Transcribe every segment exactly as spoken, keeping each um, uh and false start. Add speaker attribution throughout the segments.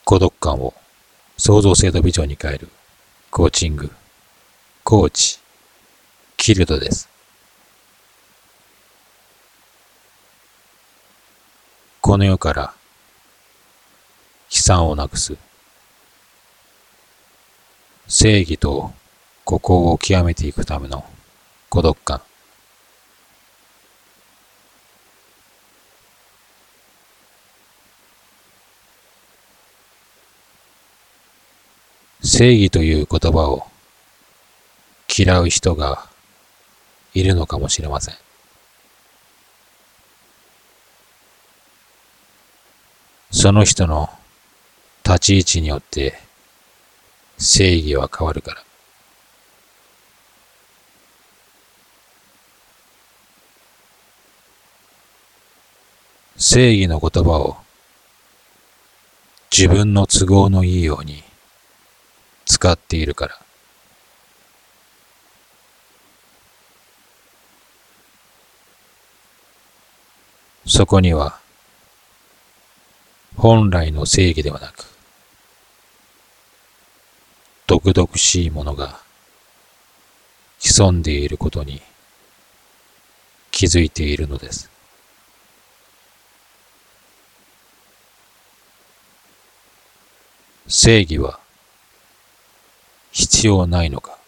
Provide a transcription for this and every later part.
Speaker 1: 孤独感を創造性とビジョンに変えるコーチング、コーチ、キルドです。この世から悲惨をなくす、正義と孤高を極めていくための孤独感。正義という言葉を嫌う人がいるのかもしれません。その人の立ち位置によって正義は変わるから。正義の言葉を自分の都合のいいように使っているから。そこには本来の正義ではなく、毒々しいものが潜んでいることに気づいているのです。正義は必要ないのか。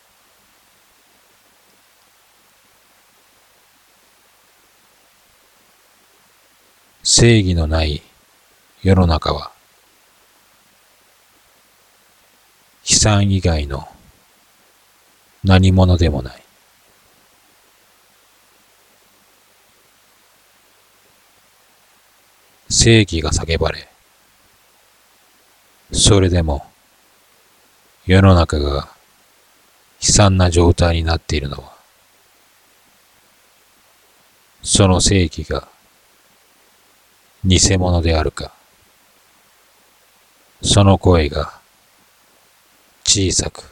Speaker 1: 正義のない世の中は悲惨以外の何者でもない。正義が叫ばれ、それでも世の中が悲惨な状態になっているのは、その正義が偽物であるか、その声が小さく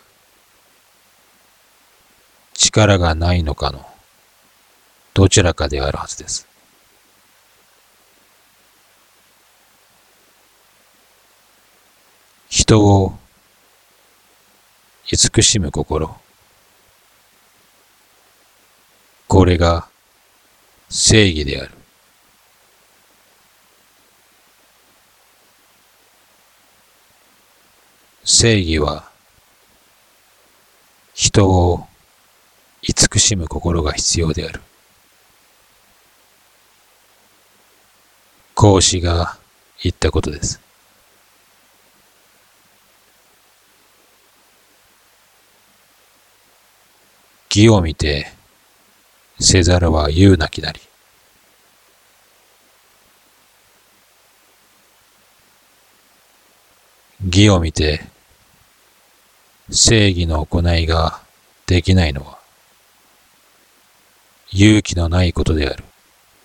Speaker 1: 力がないのかのどちらかであるはずです。人を慈しむ心、これが正義である。正義は人を慈しむ心が必要である。孔子が言ったことです。義を見てせざるは言うなきなり。義を見て正義の行いができないのは勇気のないことである。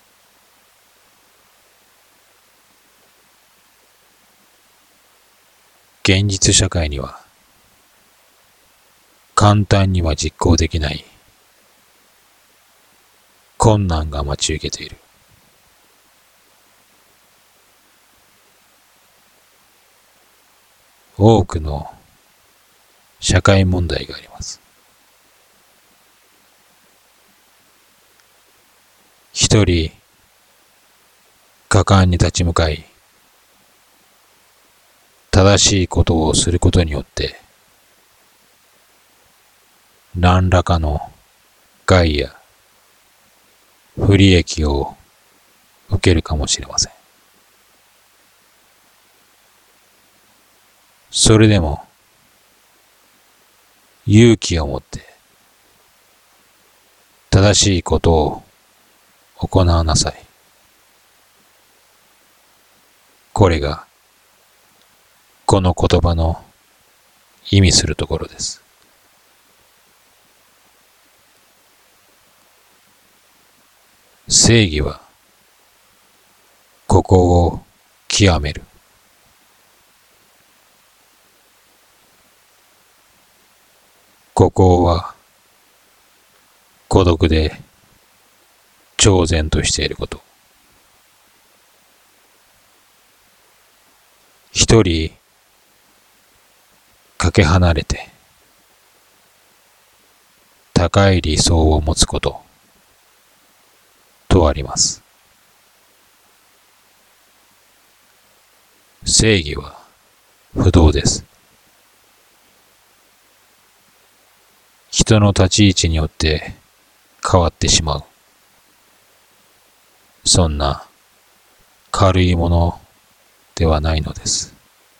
Speaker 1: 現実社会には簡単には実行できない困難が待ち受けている。多くの社会問題があります。一人果敢に立ち向かい、正しいことをすることによって何らかの害や不利益を受けるかもしれません。それでも勇気を持って正しいことを行わなさい。これがこの言葉の意味するところです。正義はここを極める。ここは孤独で超然としていること。一人かけ離れて高い理想を持つこととあります。正義は不動です。人の立ち位置によって変わってしまう。そんな軽いものではないのです。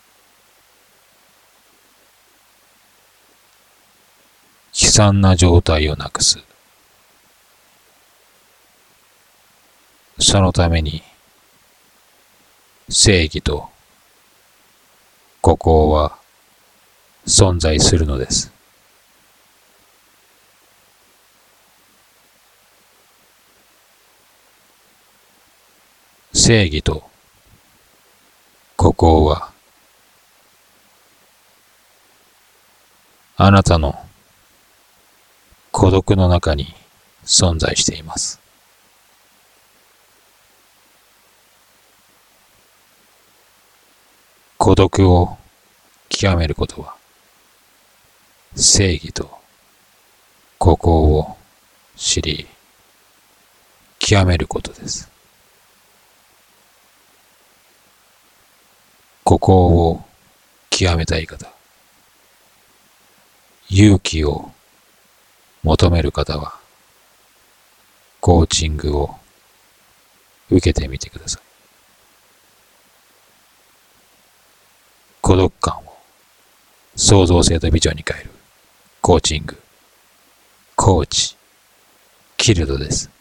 Speaker 1: 悲惨な状態をなくす。そのために正義と孤高は存在するのです。正義と孤高はあなたの孤独の中に存在しています。孤独を極めることは正義と孤高を知り極めることです。孤高を極めたい方、勇気を求める方はコーチングを受けてみてください。孤独感を創造性とビジョンに変えるコーチング、コーチキルドです。